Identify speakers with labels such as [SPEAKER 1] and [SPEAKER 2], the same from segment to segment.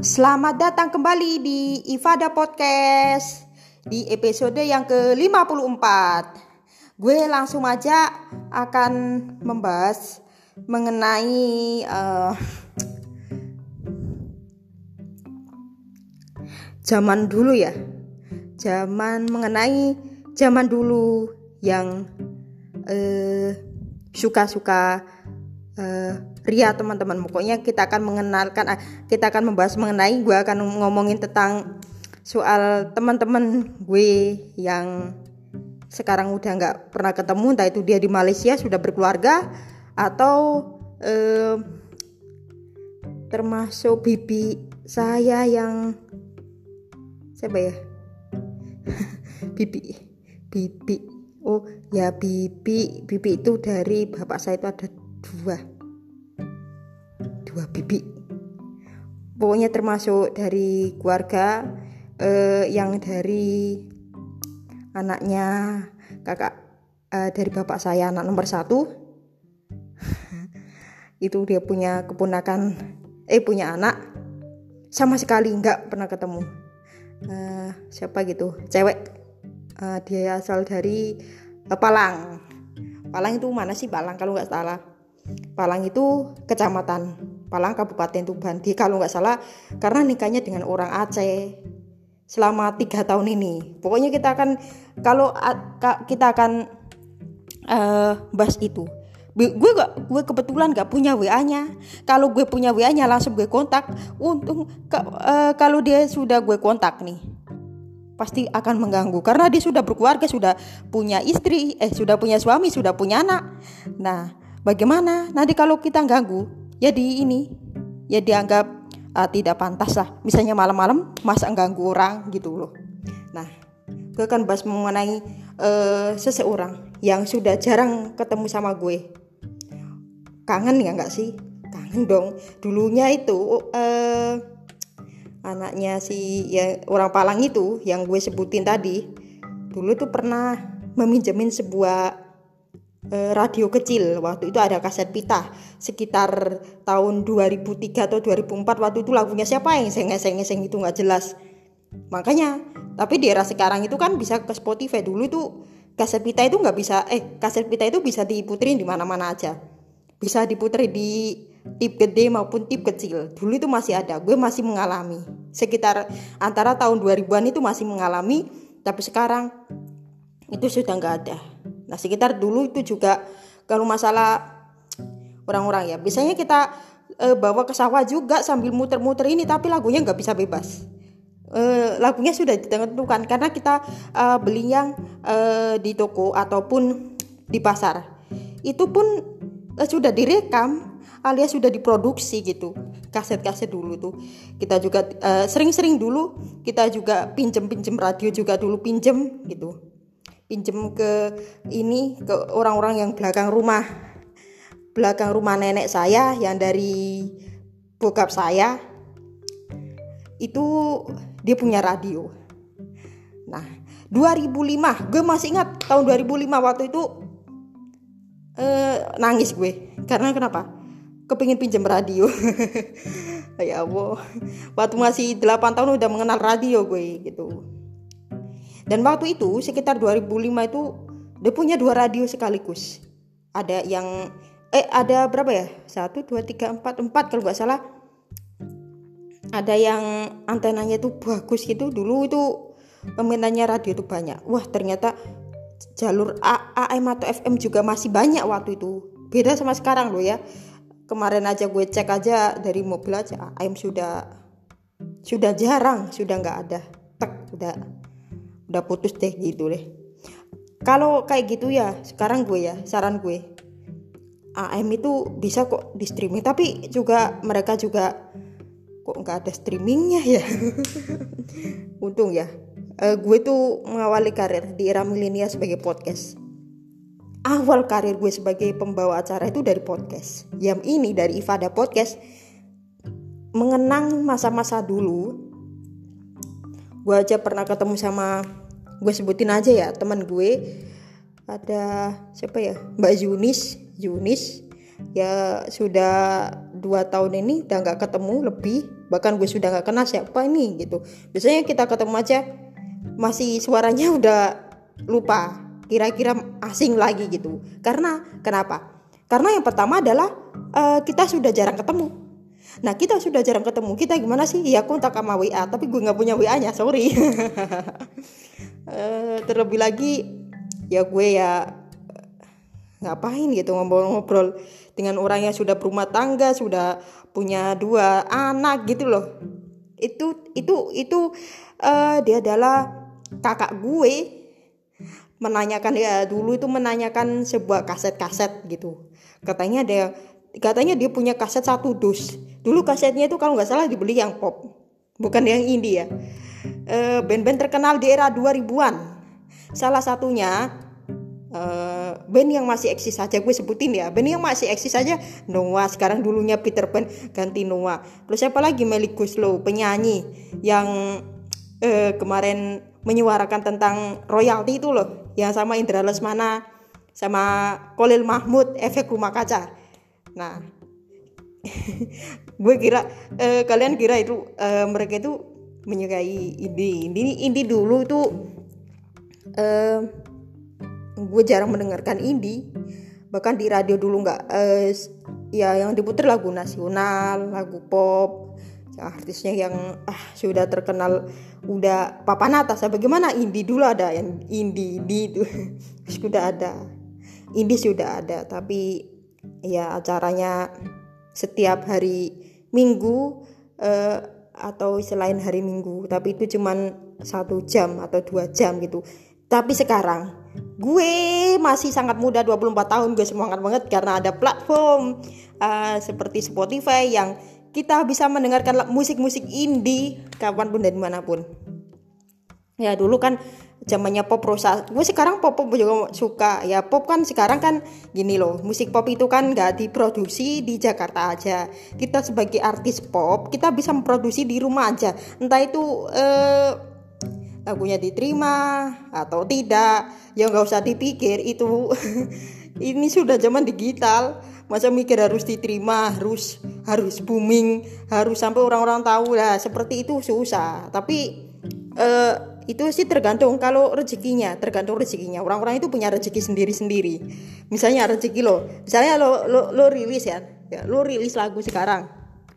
[SPEAKER 1] Selamat datang kembali di Ifada Podcast di episode yang ke-54. Gue langsung aja akan membahas mengenai zaman dulu ya. Zaman dulu yang suka-suka ria teman-teman. Pokoknya kita akan membahas mengenai, gue akan ngomongin tentang soal teman-teman gue yang sekarang udah nggak pernah ketemu, entah itu dia di Malaysia sudah berkeluarga atau termasuk bibi saya yang siapa ya? bibi itu dari bapak saya itu ada dua bibi. Pokoknya termasuk dari keluarga yang dari anaknya kakak dari bapak saya, anak nomor 1 itu dia punya punya anak, sama sekali nggak pernah ketemu. Siapa gitu, cewek, dia asal dari Palang itu mana sih? Palang kalau nggak salah. Palang itu kecamatan Palang, Kabupaten Tuban. Dia kalau nggak salah karena nikahnya dengan orang Aceh selama 3 tahun ini. Pokoknya kita akan bahas itu. Gue kebetulan nggak punya WA-nya. Kalau gue punya WA-nya langsung gue kontak. Kalau dia sudah gue kontak nih, pasti akan mengganggu karena dia sudah berkeluarga, sudah punya istri, sudah punya suami, sudah punya anak. Nah, bagaimana nanti kalau kita ganggu? Jadi ya dianggap tidak pantas lah. Misalnya malam-malam masa ganggu orang gitu loh. Nah, gue akan bahas mengenai seseorang yang sudah jarang ketemu sama gue. Kangen ya nggak sih? Kangen dong. Dulunya itu anaknya orang Palang itu yang gue sebutin tadi, dulu tuh pernah meminjemin sebuah radio kecil. Waktu itu ada kaset pita sekitar tahun 2003 atau 2004. Waktu itu lagunya siapa yang ngeseng itu nggak jelas. Makanya, tapi di era sekarang itu kan bisa ke Spotify. Dulu itu kaset pita itu nggak bisa. Kaset pita itu bisa diputerin di mana-mana aja. Bisa diputerin di tip gede maupun tip kecil. Dulu itu masih ada. Gue masih mengalami sekitar antara tahun 2000-an itu masih mengalami. Tapi sekarang itu sudah nggak ada. Nah, sekitar dulu itu juga kalau masalah orang-orang ya, biasanya kita bawa ke sawah juga sambil muter-muter ini, tapi lagunya nggak bisa bebas. Lagunya sudah ditentukan karena kita beli yang di toko ataupun di pasar. Itu pun sudah direkam alias sudah diproduksi gitu. Kaset-kaset dulu tuh kita juga sering-sering dulu kita juga pinjem radio juga dulu, pinjem ke orang-orang yang belakang rumah nenek saya yang dari bokap saya itu, dia punya radio. Nah, 2005 gue masih ingat tahun 2005 waktu itu nangis gue karena kenapa? Kepingin pinjam radio. Ya Allah, waktu masih 8 tahun udah mengenal radio gue gitu. Dan waktu itu sekitar 2005 itu dia punya 2 radio sekaligus. Ada yang ada berapa ya? 1, 2, 3, 4 kalau gak salah. Ada yang antenanya itu bagus gitu. Dulu itu peminatnya radio itu banyak. Wah, ternyata jalur AM atau FM juga masih banyak waktu itu. Beda sama sekarang loh ya. Kemarin aja gue cek aja dari mobil aja, AM sudah jarang, sudah nggak ada. Udah putus deh gitu deh. Kalau kayak gitu ya, sekarang saran gue AM itu bisa kok di streaming, tapi juga mereka juga kok nggak ada streamingnya ya. Untung ya. Gue tuh mengawali karir di era milenial sebagai podcast. Awal karir gue sebagai pembawa acara itu dari podcast. Yang ini dari Ifada Podcast, mengenang masa-masa dulu. Gue aja pernah ketemu sama, gue sebutin aja ya, teman gue. Ada siapa ya? Mbak Yunis ya sudah 2 2 tahun ini udah nggak ketemu lebih, bahkan gue sudah nggak kenal siapa ini gitu. Biasanya kita ketemu aja masih suaranya udah lupa, kira-kira asing lagi gitu. Karena kenapa? Karena yang pertama adalah kita sudah jarang ketemu. Nah, kita sudah jarang ketemu, kita gimana sih? Ya kontak sama WA, tapi gue nggak punya WA-nya, sorry. Terlebih lagi ya gue ya ngapain gitu ngobrol dengan orang yang sudah berumah tangga, sudah punya 2 anak gitu loh. Itu dia adalah kakak gue, menanyakan ya dulu itu menanyakan sebuah kaset gitu. Katanya dia punya kaset 1 dus. Dulu kasetnya itu kalau nggak salah dibeli yang pop, bukan yang indie ya. Band-band terkenal di era 2000-an. Salah satunya band yang masih eksis saja gue sebutin ya. Band yang masih eksis saja Noah, sekarang dulunya Peter Pan ganti Noah. Terus siapa lagi? Melly Goeslaw, penyanyi yang kemarin menyuarakan tentang royalti itu loh, yang sama Indra Lesmana sama Khalil Mahmud, Efek Rumah Kaca. Nah, gue kira kalian kira itu mereka itu menyukai indie dulu itu. Gue jarang mendengarkan indie, bahkan di radio dulu nggak ya yang diputar lagu nasional, lagu pop, artisnya yang sudah terkenal, udah papan atas. Bagaimana indie dulu ada yang indie itu sudah ada, indie sudah ada, tapi ya acaranya setiap hari Minggu atau selain hari Minggu, tapi itu cuman 1 jam atau 2 jam gitu. Tapi sekarang gue masih sangat muda, 24 tahun, gue semangat banget karena ada platform seperti Spotify yang kita bisa mendengarkan musik-musik indie kapanpun dan dimanapun. Ya dulu kan zamannya pop rosa, gue sekarang pop juga suka. Ya pop kan sekarang kan gini loh, musik pop itu kan gak diproduksi di Jakarta aja. Kita sebagai artis pop, kita bisa memproduksi di rumah aja. Entah itu lagunya diterima atau tidak, ya nggak usah dipikir itu. Ini sudah zaman digital, masa mikir harus diterima, harus booming, harus sampai orang-orang tahu lah, seperti itu susah. Tapi itu sih tergantung rezekinya. Orang-orang itu punya rezeki sendiri-sendiri. Misalnya rezeki misalnya lo rilis ya lo rilis lagu sekarang.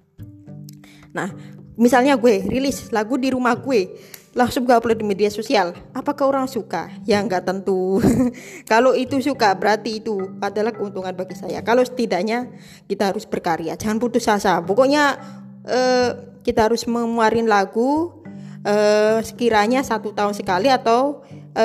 [SPEAKER 1] Nah, misalnya gue rilis lagu di rumah gue, langsung gue upload di media sosial, apakah orang suka? Ya nggak tentu. Kalau itu suka berarti itu adalah keuntungan bagi saya. Kalau setidaknya kita harus berkarya, jangan putus asa. Pokoknya kita harus mengeluarin lagu sekiranya 1 tahun sekali atau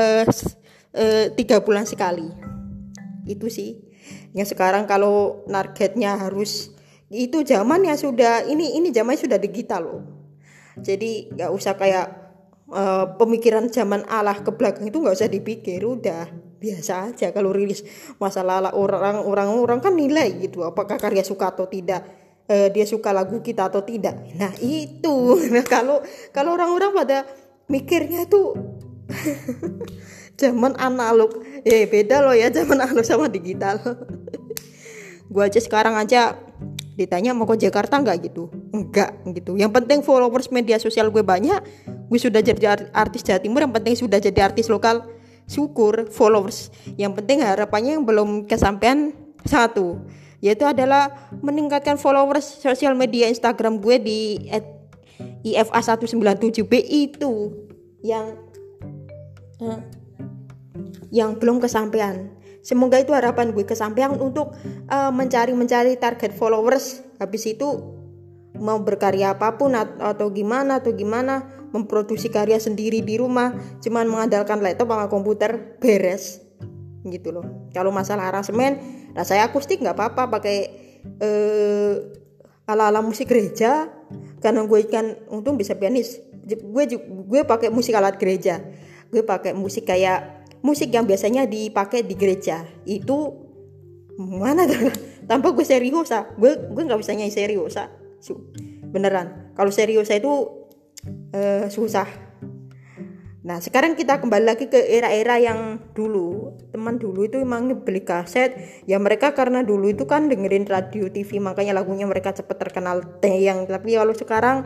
[SPEAKER 1] 3 bulan sekali. Itu sih. Yang sekarang kalau targetnya harus, itu zamannya sudah ini zamannya sudah digital loh. Jadi nggak usah kayak pemikiran zaman Allah ke belakang itu nggak usah dipikir, udah biasa aja kalau rilis. Masalah orang kan nilai gitu, apakah karya suka atau tidak, dia suka lagu kita atau tidak. Nah itu, nah kalau orang-orang pada mikirnya itu zaman analog, beda loh ya zaman analog sama digital. Gue aja sekarang ditanya mau ke Jakarta nggak gitu, enggak gitu. Yang penting followers media sosial gue banyak, gue sudah jadi artis Jawa Timur. Yang penting sudah jadi artis lokal, syukur followers. Yang penting harapannya yang belum kesampaian satu, yaitu adalah meningkatkan followers sosial media Instagram gue di @ifa197b itu yang belum kesampaian. Semoga itu harapan gue kesampaian untuk mencari target followers. Habis itu mau berkarya apapun atau gimana memproduksi karya sendiri di rumah, cuman mengandalkan laptop sama komputer, beres gitu loh. Kalau masalah aransemen, saya akustik nggak apa-apa, pakai ala-ala musik gereja, karena gue kan untung bisa pianis. Gue pakai musik alat gereja. Gue pakai musik kayak musik yang biasanya dipakai di gereja. Itu mana tuh? Tanpa gue seriosa. Gue nggak bisa nyanyi seriosa. Beneran. Kalau seriosa itu susah. Nah, sekarang kita kembali lagi ke era-era yang dulu. teman-teman dulu itu emang beli kaset ya, mereka karena dulu itu kan dengerin radio TV makanya lagunya mereka cepet terkenal yang. Tapi kalau sekarang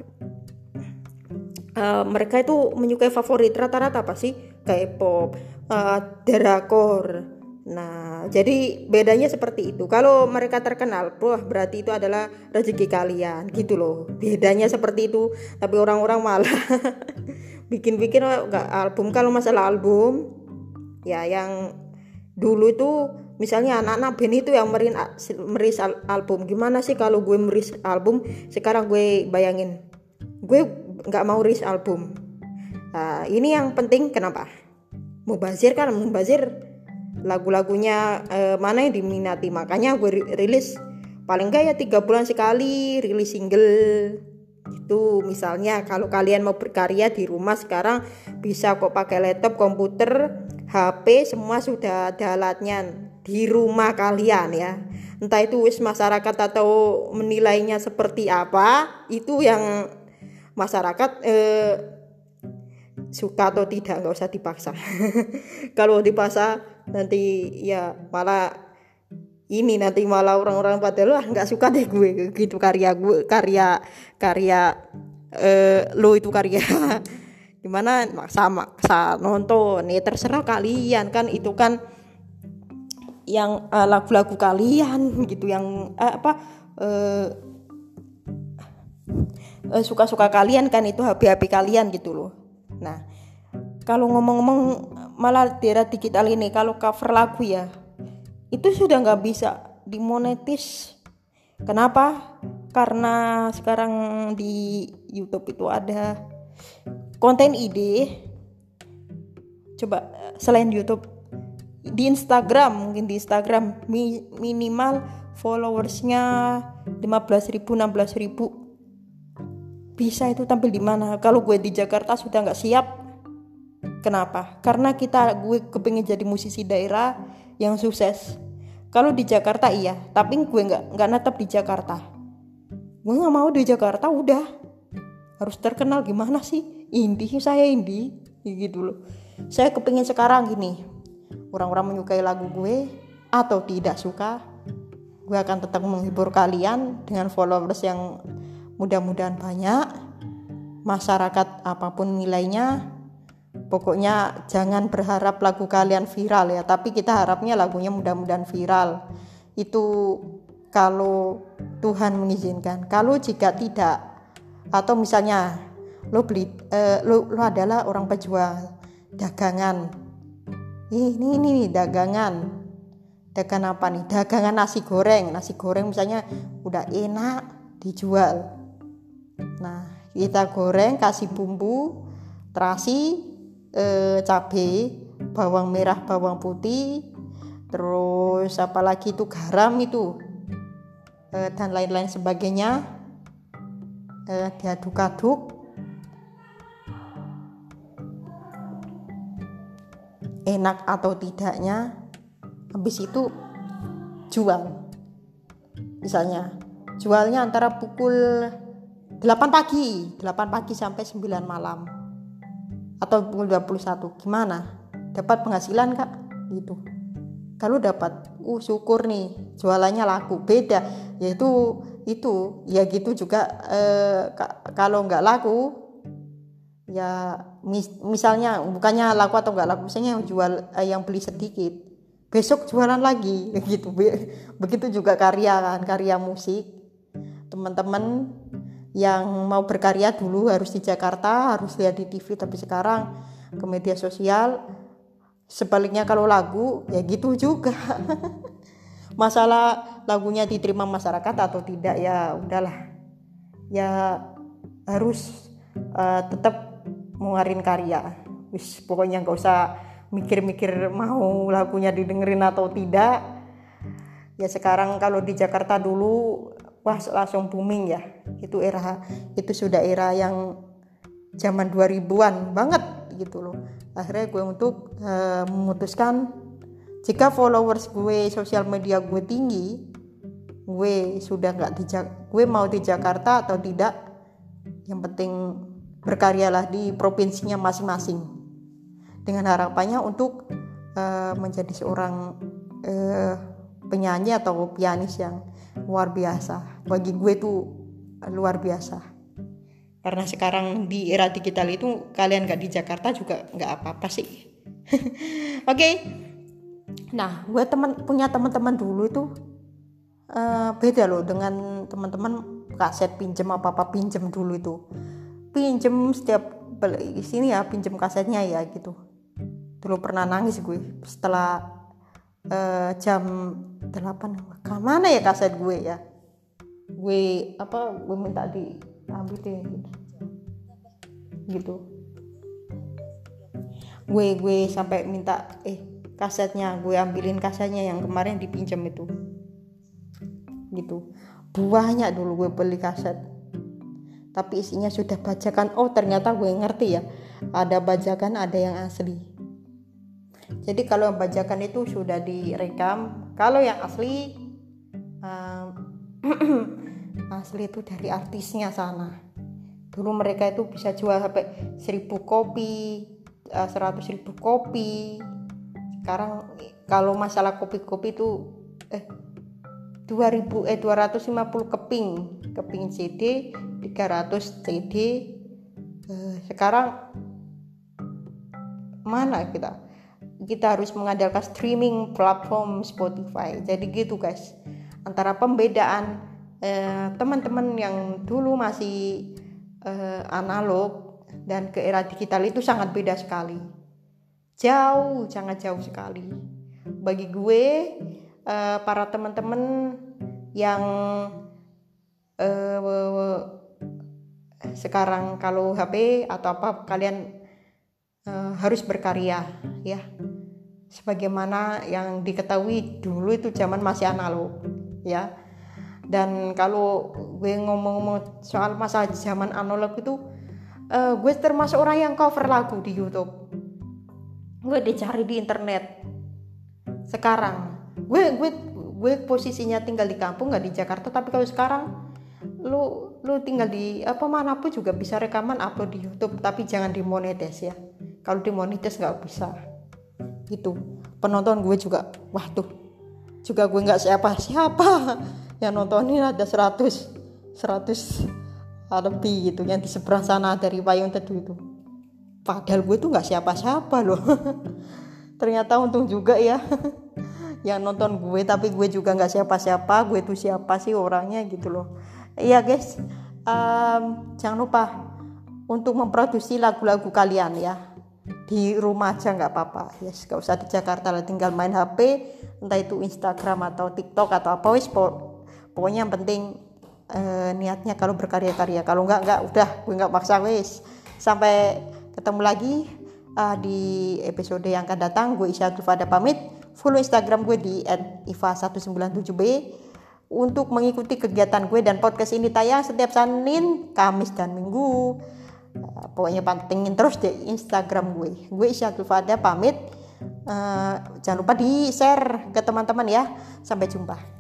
[SPEAKER 1] mereka itu menyukai favorit rata-rata apa sih, K-pop, drakor. Nah, jadi bedanya seperti itu. Kalau mereka terkenal, wah berarti itu adalah rezeki kalian gitu loh. Bedanya seperti itu. Tapi orang-orang malah bikin-bikin enggak album. Kalau masalah album ya yang dulu itu misalnya anak-anak band itu yang meris album. Gimana sih kalau gue meris album? Sekarang gue bayangin, gue nggak mau rilis album. Nah, ini yang penting kenapa? Mubazir lagu-lagunya mana yang diminati, makanya gue rilis paling enggak ya 3 bulan sekali rilis single itu. Misalnya kalau kalian mau berkarya di rumah sekarang bisa kok pakai laptop, komputer, HP, semua sudah ada alatnya di rumah kalian ya. Entah itu masyarakat atau menilainya seperti apa, itu yang masyarakat suka atau tidak, nggak usah dipaksa. Kalau dipaksa nanti ya malah orang-orang pada nggak suka deh gue gitu, karya lo itu karya gimana, maksa nonton ya, terserah kalian kan, itu kan yang lagu-lagu kalian gitu, yang suka-suka kalian kan, itu HP kalian gitu loh. Nah, kalau ngomong-ngomong malah di era digital ini, kalau cover lagu ya itu sudah nggak bisa dimonetis. Kenapa? Karena sekarang di YouTube itu ada konten ide. Coba selain YouTube, di Instagram, mungkin di Instagram minimal followersnya 15.000 16.000. Bisa itu tampil di mana? Kalau gue di Jakarta sudah nggak siap. Kenapa? Karena gue kepingin jadi musisi daerah yang sukses. Kalau di Jakarta iya, tapi gue nggak netap di Jakarta. Gue nggak mau di Jakarta, udah harus terkenal. Gimana sih? Saya indie gitu loh. Saya kepingin sekarang gini, orang-orang menyukai lagu gue atau tidak suka, gue akan tetap menghibur kalian dengan followers yang mudah-mudahan banyak. Masyarakat apapun nilainya, pokoknya jangan berharap lagu kalian viral ya, tapi kita harapnya lagunya mudah-mudahan viral. Itu kalau Tuhan mengizinkan. Kalau jika tidak, atau misalnya lo adalah orang penjual dagangan, ini dagangan apa nih, dagangan nasi goreng misalnya udah enak dijual. Nah, kita goreng, kasih bumbu, terasi, cabai, bawang merah, bawang putih, terus apalagi itu garam itu, dan lain-lain sebagainya, diaduk-aduk, enak atau tidaknya, habis itu jual. Misalnya jualnya antara pukul 8 pagi sampai 9 malam atau pukul 21. Gimana? Dapat penghasilan Kak? Gitu. Kalau dapat, syukur nih, jualannya laku. Beda, yaitu itu ya gitu juga. Kalau nggak laku ya misalnya bukannya laku atau nggak laku, misalnya yang jual yang beli sedikit, besok jualan lagi gitu. Begitu juga karya musik. Teman-teman yang mau berkarya dulu harus di Jakarta, harus lihat di TV, tapi sekarang ke media sosial. Sebaliknya kalau lagu ya gitu juga. Masalah lagunya diterima masyarakat atau tidak ya udahlah. Ya harus tetap ngeluarin karya. Pokoknya nggak usah mikir-mikir mau lagunya didengerin atau tidak. Ya sekarang kalau di Jakarta dulu wah langsung booming ya. Itu sudah era yang zaman 2000-an banget gitu loh. Akhirnya gue memutuskan, jika followers gue sosial media gue tinggi, gue mau di Jakarta atau tidak, yang penting berkaryalah di provinsinya masing-masing, dengan harapannya untuk menjadi seorang penyanyi atau pianis yang luar biasa. Bagi gue tuh luar biasa. Karena sekarang di era digital itu kalian gak di Jakarta juga gak apa-apa sih. Oke. Nah, gue punya teman-teman dulu itu beda loh dengan teman-teman kaset pinjem apa-apa pinjem dulu itu. Pinjem setiap sini ya, pinjem kasetnya ya gitu. Dulu pernah nangis gue setelah jam 8, kemana ya kaset gue ya, gue minta diambil deh gitu. Gue sampai minta kasetnya, gue ambilin kasetnya yang kemarin dipinjam itu gitu. Banyak dulu gue beli kaset, tapi isinya sudah bajakan. Ternyata gue ngerti ya, ada bajakan ada yang asli. Jadi kalau yang bajakan itu sudah direkam, kalau yang asli asli itu dari artisnya sana. Dulu mereka itu bisa jual sampai 1.000 kopi, 100.000 kopi. Sekarang kalau masalah kopi-kopi itu 250 keping CD, 300 CD. Sekarang mana kita harus mengandalkan streaming platform Spotify. Jadi gitu guys, antara pembedaan teman-teman yang dulu masih analog dan ke era digital itu sangat beda sekali, sangat jauh sekali. Bagi gue para teman-teman yang sekarang kalau HP atau apa, kalian harus berkarya ya, sebagaimana yang diketahui dulu itu zaman masih analog ya. Dan kalau gue ngomong soal masalah zaman analog itu, gue termasuk orang yang cover lagu di YouTube. Gue dicari di internet. Sekarang gue posisinya tinggal di kampung, nggak di Jakarta. Tapi kalau sekarang lu tinggal di manapun juga bisa rekaman upload di YouTube, tapi jangan dimonetis ya. Kalau dimonetis nggak bisa. Gitu. Penonton gue juga, juga gue nggak siapa-siapa. Yang nontonin ada 100 lebih gitu, yang di seberang sana dari payung teduh itu. Padahal gue tuh nggak siapa-siapa loh. Ternyata untung juga ya yang nonton gue, tapi gue juga nggak siapa-siapa. Gue tuh siapa sih orangnya gitu loh. Iya guys, jangan lupa untuk memproduksi lagu-lagu kalian ya, di rumah aja nggak apa-apa. Yes, nggak usah di Jakarta lah, tinggal main HP, entah itu Instagram atau TikTok atau apa wis. Pokoknya yang penting niatnya kalau berkarya-karya. Kalau enggak udah, gue enggak maksa wis. Sampai ketemu lagi di episode yang akan datang. Gue Isya Tulfada pamit. Follow Instagram gue di @iva197b untuk mengikuti kegiatan gue, dan podcast ini tayang setiap Senin, Kamis dan Minggu. Pokoknya pantengin terus di Instagram gue. Gue Isya Tulfada pamit. Jangan lupa di-share ke teman-teman ya. Sampai jumpa.